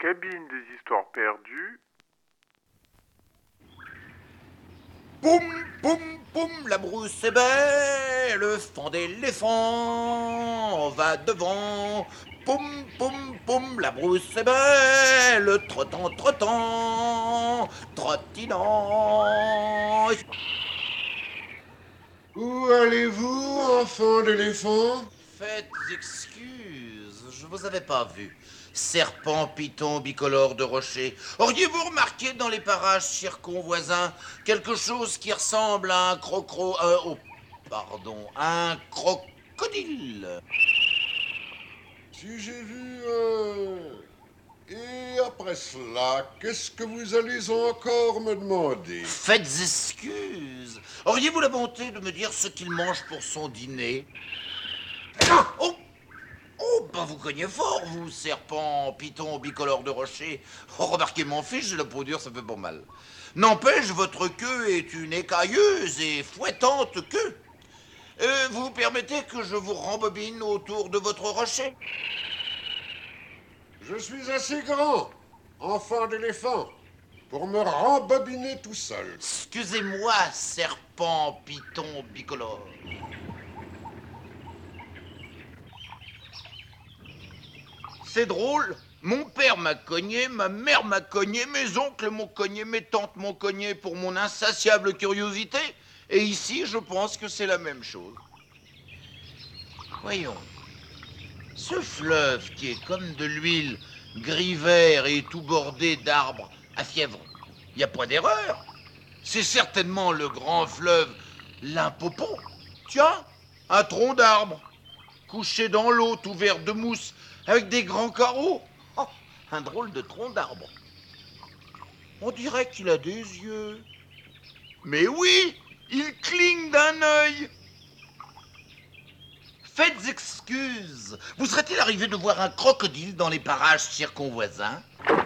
cabine des histoires perdues. Poum, poum, poum, la brousse est belle, le fond d'éléphant va devant. Poum, poum, poum, la brousse est belle, trottant, trottant, trottinant. Où allez-vous, enfant d'éléphant? Faites excuse, je vous avais pas vu. Serpent, python, bicolore de rocher. Auriez-vous remarqué dans les parages circonvoisins quelque chose qui ressemble à un un crocodile? Si j'ai vu Et après cela, qu'est-ce que vous allez encore me demander? Faites excuse. Auriez-vous la bonté de me dire ce qu'il mange pour son dîner? Ah, oh! Oh, ben vous cognez fort, vous, serpent, python, bicolore de rocher. Oh, remarquez mon fils, j'ai la peau dure, ça fait pas mal. N'empêche, votre queue est une écailleuse et fouettante queue. Vous permettez que je vous rembobine autour de votre rocher? Je suis assez grand, enfant d'éléphant, pour me rembobiner tout seul. Excusez-moi, serpent, python, bicolore. C'est drôle. Mon père m'a cogné, ma mère m'a cogné, mes oncles m'ont cogné, mes tantes m'ont cogné pour mon insatiable curiosité. Et ici, je pense que c'est la même chose. Voyons. Ce fleuve qui est comme de l'huile, gris vert et tout bordé d'arbres à fièvre, il n'y a pas d'erreur. C'est certainement le grand fleuve Limpopo. Tiens, un tronc d'arbre, couché dans l'eau, tout vert de mousse, avec des grands carreaux. Oh, un drôle de tronc d'arbre. On dirait qu'il a des yeux. Mais oui, il cligne d'un œil. Faites excuse. Vous serait-il arrivé de voir un crocodile dans les parages circonvoisins?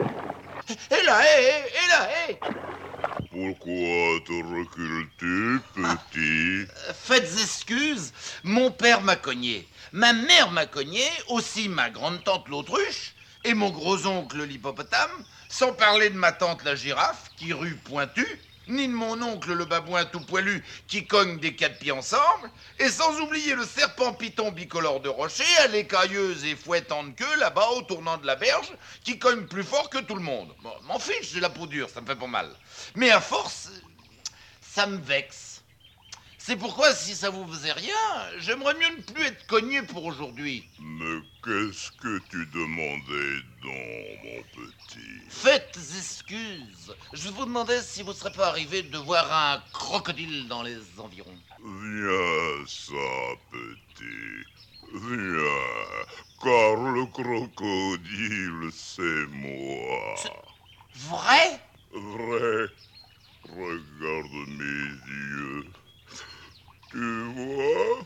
Et là, et là, et Pourquoi te recules-tu, petit? Faites excuse, mon père m'a cogné, ma mère m'a cogné, aussi ma grande-tante l'autruche, et mon gros-oncle l'hippopotame, sans parler de ma tante la girafe, qui rue pointue, ni de mon oncle le babouin tout poilu, qui cogne des quatre pieds ensemble, et sans oublier le serpent python bicolore de rocher, à l'écailleuse et fouettante queue, là-bas, au tournant de la berge, qui cogne plus fort que tout le monde. Bon, m'en fiche, j'ai la peau dure, ça me fait pas mal. Mais à force, ça me vexe. C'est pourquoi, si ça vous faisait rien, j'aimerais mieux ne plus être cogné pour aujourd'hui. Mais qu'est-ce que tu demandais donc, mon petit? Faites excuse. Je vous demandais si vous ne serez pas arrivé de voir un crocodile dans les environs. Viens ça, petit. Viens, car le crocodile, c'est moi. Vrai? Vrai, regarde mes yeux. Tu vois,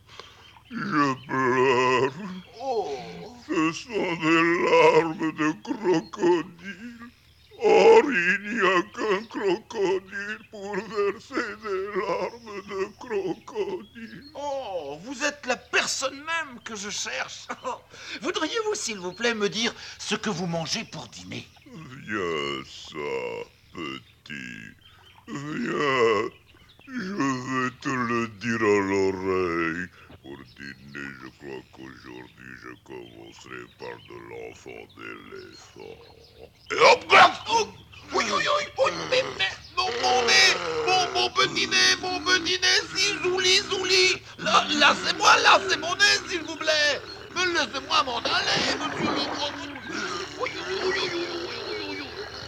je pleure. Oh. Ce sont des larmes de crocodile. Or, il n'y a qu'un crocodile pour verser des larmes de crocodile. Oh, vous êtes la personne même que je cherche. Voudriez-vous, s'il vous plaît, me dire ce que vous mangez pour dîner? Viens ça, petit. Viens. Je vais te le dire à l'oreille. Pour dîner, je crois qu'aujourd'hui, je commencerai par de l'enfant d'éléphant. Et hop, glace! Oh, oui, oui, oui, oui, mais, non, mon nez, mon petit nez, si, Zouli, là, c'est mon nez, s'il vous plaît. Mais laissez-moi m'en aller, monsieur le crocodile. Oui, oui, oui, oui, oui, oui, oui, oui.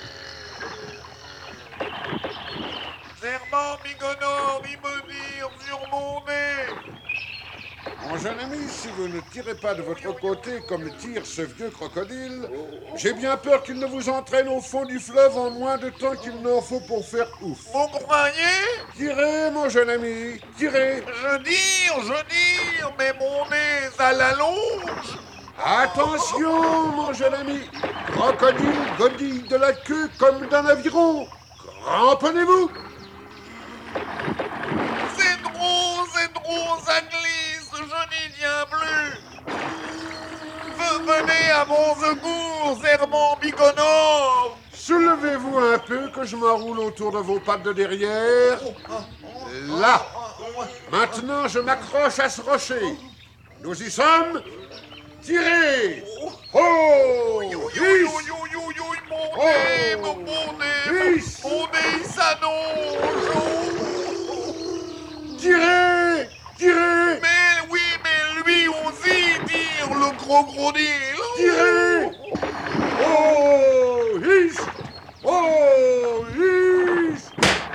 Serment bigonore, il me tire sur mon nez. Mon jeune ami, si vous ne tirez pas de votre côté comme tire ce vieux crocodile, j'ai bien peur qu'il ne vous entraîne au fond du fleuve en moins de temps qu'il n'en faut pour faire ouf. Vous croyez? Tirez, mon jeune ami, tirez. Je dire, mais mon nez, ça l'allonge. Attention, mon jeune ami, crocodile godille de la queue comme d'un aviron. Cramponnez-vous. C'est trop, ça glisse, je n'y tiens plus. Venez à mon secours, serpent bicolore. Soulevez-vous un peu que je m'enroule autour de vos pattes de derrière. Là. Maintenant, je m'accroche à ce rocher. Nous y sommes. Tirez. Oh, Mon nez, mon nez, Hisse. mon nez, il s'annonce. Tirez. Tirez. Mais oui, mais lui aussi tire, le crocodile. Tirez. Oh, hisse. Oh, hisse.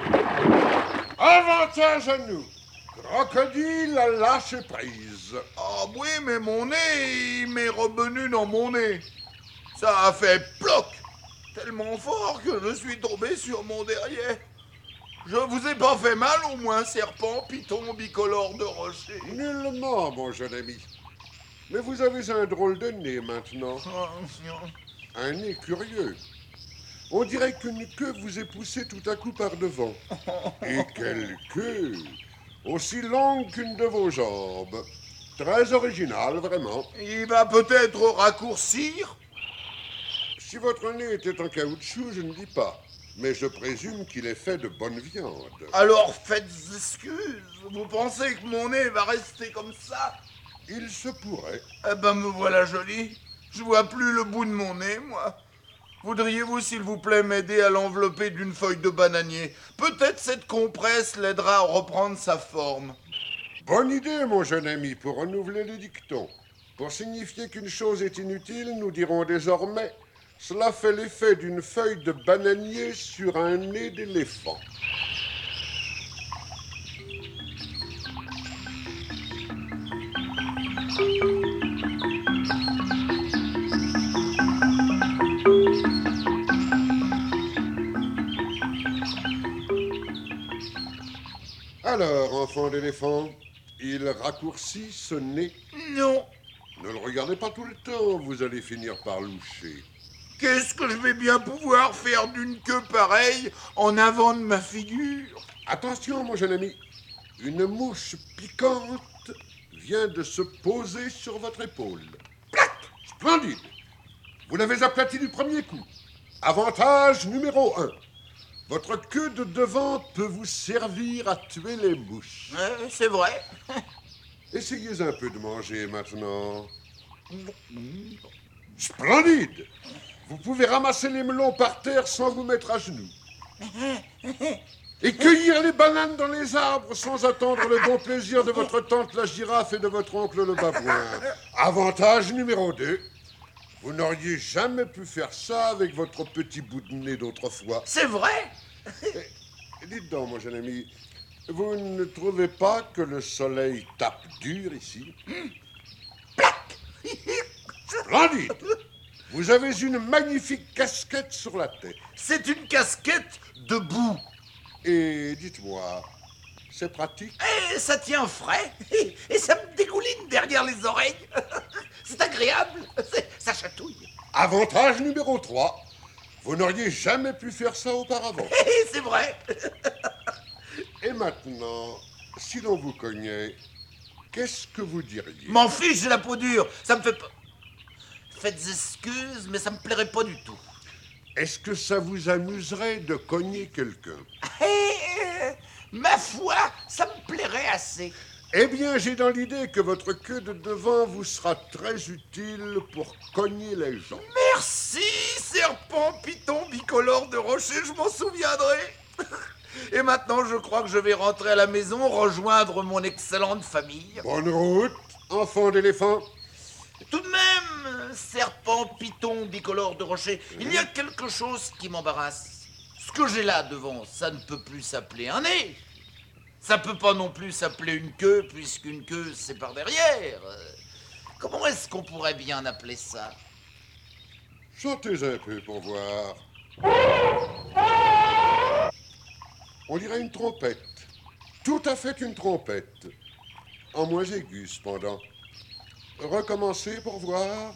Avantage à nous. Crocodile a lâché prise. Ah oui, mais mon nez, il m'est revenu dans mon nez. Ça a fait ploc, tellement fort que je suis tombé sur mon derrière. Je vous ai pas fait mal au moins, serpent, python, bicolore de rocher? Nullement, mon jeune ami. Mais vous avez un drôle de nez maintenant. Un nez curieux. On dirait qu'une queue vous est poussée tout à coup par devant. Et quelle queue! Aussi longue qu'une de vos jambes. Très original, vraiment. Il va peut-être raccourcir? Si votre nez était en caoutchouc, je ne dis pas. Mais je présume qu'il est fait de bonne viande. Alors faites excuse. Vous pensez que mon nez va rester comme ça? Il se pourrait. Eh ben me voilà joli. Je vois plus le bout de mon nez, moi. Voudriez-vous, s'il vous plaît, m'aider à l'envelopper d'une feuille de bananier? Peut-être cette compresse l'aidera à reprendre sa forme. Bonne idée, mon jeune ami, pour renouveler le dicton. Pour signifier qu'une chose est inutile, nous dirons désormais « Cela fait l'effet d'une feuille de bananier sur un nez d'éléphant ». Alors, enfant d'éléphant, il raccourcit ce nez. Non. Ne le regardez pas tout le temps, vous allez finir par loucher. Qu'est-ce que je vais bien pouvoir faire d'une queue pareille en avant de ma figure? Attention, mon jeune ami, une mouche piquante vient de se poser sur votre épaule. Plac! Splendide! Vous l'avez aplati du premier coup. Avantage numéro 1. Votre queue de devant peut vous servir à tuer les mouches. C'est vrai. Essayez un peu de manger maintenant. Splendide! Vous pouvez ramasser les melons par terre sans vous mettre à genoux. Et cueillir les bananes dans les arbres sans attendre le bon plaisir de votre tante la girafe et de votre oncle le babouin. Avantage numéro 2. Vous n'auriez jamais pu faire ça avec votre petit bout de nez d'autrefois. C'est vrai. Dites donc, mon jeune ami, vous ne trouvez pas que le soleil tape dur ici? Splendide! Vous avez une magnifique casquette sur la tête. C'est une casquette de boue. Et dites-moi, c'est pratique? Et ça tient frais. Et ça me dégouline derrière les oreilles. C'est agréable. Ça chatouille. Avantage numéro 3. Vous n'auriez jamais pu faire ça auparavant. C'est vrai. Et maintenant, si l'on vous cognait, qu'est-ce que vous diriez? M'en fiche de la peau dure. Ça me fait pas... Faites excuse, mais ça me plairait pas du tout. Est-ce que ça vous amuserait de cogner quelqu'un? Ma foi, ça me plairait assez. Eh bien, j'ai dans l'idée que votre queue de devant vous sera très utile pour cogner les gens. Merci, serpent, python, bicolore de rocher, je m'en souviendrai. Et maintenant, je crois que je vais rentrer à la maison, rejoindre mon excellente famille. Bonne route, enfant d'éléphant. Tout de même, serpent, python, bicolore de rocher, il y a quelque chose qui m'embarrasse. Ce que j'ai là devant, ça ne peut plus s'appeler un nez. Ça peut pas non plus s'appeler une queue, puisqu'une queue, c'est par derrière. Comment est-ce qu'on pourrait bien appeler ça? Chantez un peu pour voir. On dirait une trompette. Tout à fait une trompette. En moins aigu, cependant. Recommencez pour voir.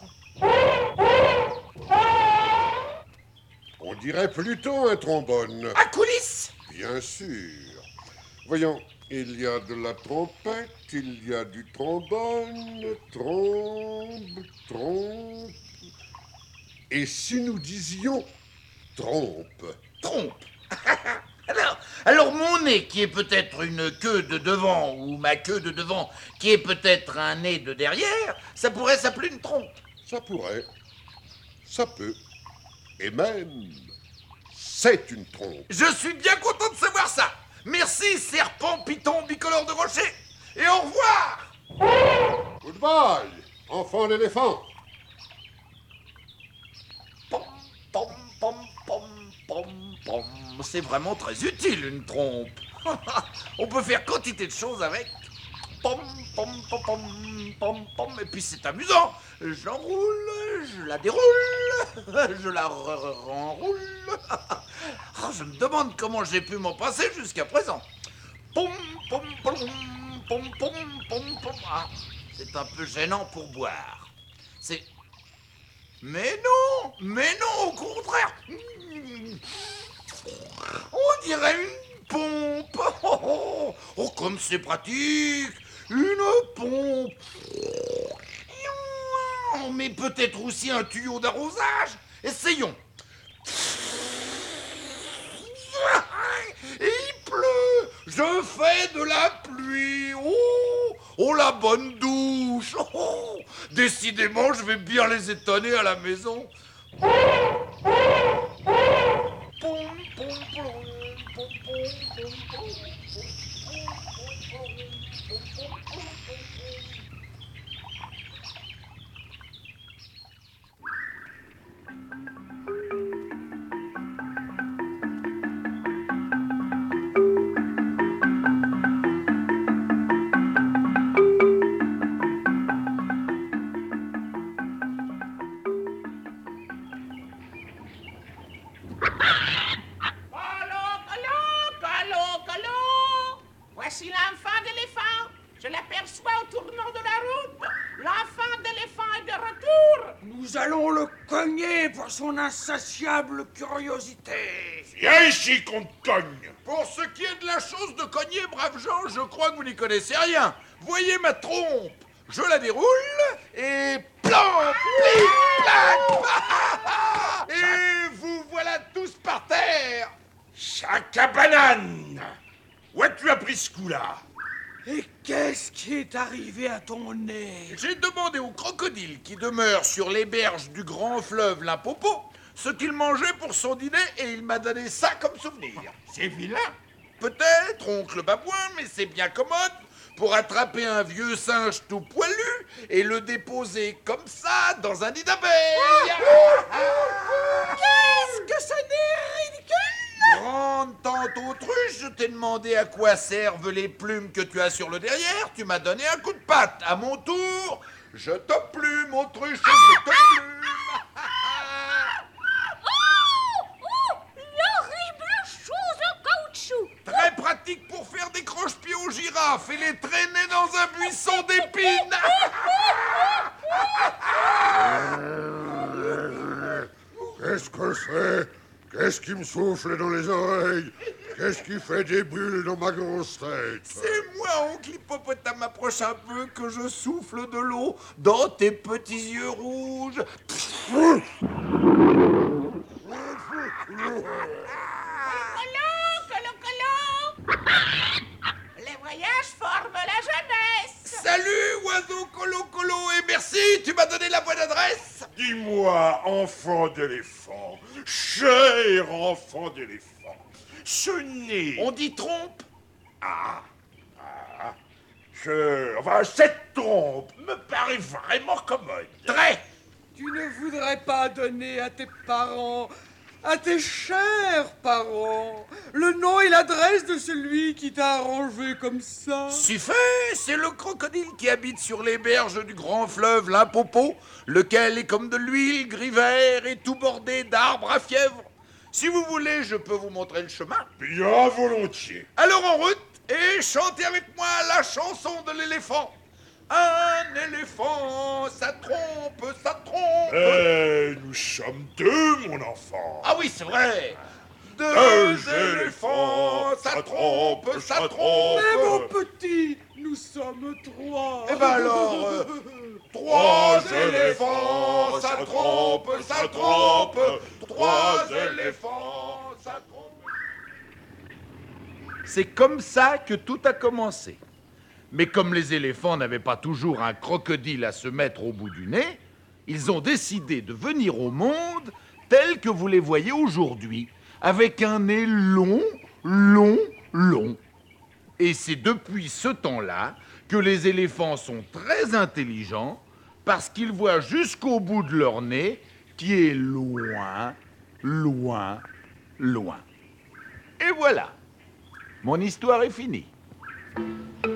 On dirait plutôt un trombone. À coulisses! Bien sûr. Voyons, Il y a de la trompette, il y a du trombone, trompe. Et si nous disions trompe? Trompe. Alors mon nez qui est peut-être une queue de devant ou ma queue de devant qui est peut-être un nez de derrière, ça pourrait s'appeler une trompe. Ça pourrait, ça peut, et même, c'est une trompe. Je suis bien content de savoir ça. Merci, serpent, python, bicolore de rocher. Et au revoir. Goodbye, enfant d'éléphant. Pom, pom, pom, pom, pom, pom. C'est vraiment très utile, une trompe. On peut faire quantité de choses avec. Pom, pom, pom, pom, pom, pom. Et puis c'est amusant. Je l'enroule, je la déroule, je la renroule. Je me demande comment j'ai pu m'en passer jusqu'à présent. Pom, pom, pom, pom, pom, pom, pom. Ah, c'est un peu gênant pour boire. C'est... Mais non, au contraire. On dirait une pompe. Oh, comme c'est pratique. Une pompe. Mais peut-être aussi un tuyau d'arrosage. Essayons. Et il pleut. Je fais de la pluie. Oh, la bonne douche. Oh, décidément, je vais bien les étonner à la maison. Pom, pom, pom, pom, pom, pom, pom. Voici l'enfant d'éléphant. Je l'aperçois au tournant de la route. L'enfant d'éléphant est de retour. Nous allons le cogner pour son insatiable curiosité. Viens ici qu'on te cogne. Pour ce qui est de la chose de cogner, braves gens, je crois que vous n'y connaissez rien. Voyez ma trompe. Je la déroule et plan, plic, plac. Et vous voilà tous par terre. Sac à banane. Où as-tu appris ce coup-là? Et qu'est-ce qui est arrivé à ton nez? J'ai demandé au crocodile qui demeure sur les berges du grand fleuve Limpopo ce qu'il mangeait pour son dîner et il m'a donné ça comme souvenir. C'est vilain. Peut-être, oncle Babouin, mais c'est bien commode pour attraper un vieux singe tout poilu et le déposer comme ça dans un nid d'abeilles. Qu'est-ce que ce nez ridicule? Grande tante autruche, je t'ai demandé à quoi servent les plumes que tu as sur le derrière. Tu m'as donné un coup de patte. À mon tour, je te plume, autruche, je te plume. L'horrible chose en caoutchouc! Très pratique pour faire des croche-pieds aux girafes et les traîner dans un buisson d'épines. Qu'est-ce que c'est? Qu'est-ce qui me souffle dans les oreilles? Qu'est-ce qui fait des bulles dans ma grosse tête? C'est moi, oncle Hippopotame, approche un peu que je souffle de l'eau dans tes petits yeux rouges. Colo. Les voyages forment la jeunesse. Salut, oiseau colo, et merci, tu m'as donné la bonne adresse. Dis-moi, enfant d'éléphant, cher enfant d'éléphant, ce nez... On dit trompe. Enfin, cette trompe me paraît vraiment commode. Très. Tu ne voudrais pas donner à tes parents, à tes chers parents, le nom et l'adresse de celui qui t'a arrangé comme ça? Si fait, c'est le crocodile qui habite sur les berges du grand fleuve Limpopo, lequel est comme de l'huile gris vert et tout bordé d'arbres à fièvre. Si vous voulez, je peux vous montrer le chemin. Bien volontiers. Alors en route, et chantez avec moi la chanson de l'éléphant. Un éléphant, ça trompe, ça trompe. Nous sommes deux, mon enfant. Ah oui, c'est vrai. Deux Deux éléphants, ça ça trompe, ça trompe. Mais mon petit, nous sommes 3. Eh ben alors, 3 éléphants, ça trompe, ça trompe. 3 éléphants, ça trompe. C'est comme ça que tout a commencé. Mais comme les éléphants n'avaient pas toujours un crocodile à se mettre au bout du nez, ils ont décidé de venir au monde tels que vous les voyez aujourd'hui, avec un nez long, long, long. Et c'est depuis ce temps-là que les éléphants sont très intelligents parce qu'ils voient jusqu'au bout de leur nez qui est loin, loin, loin. Et voilà, mon histoire est finie.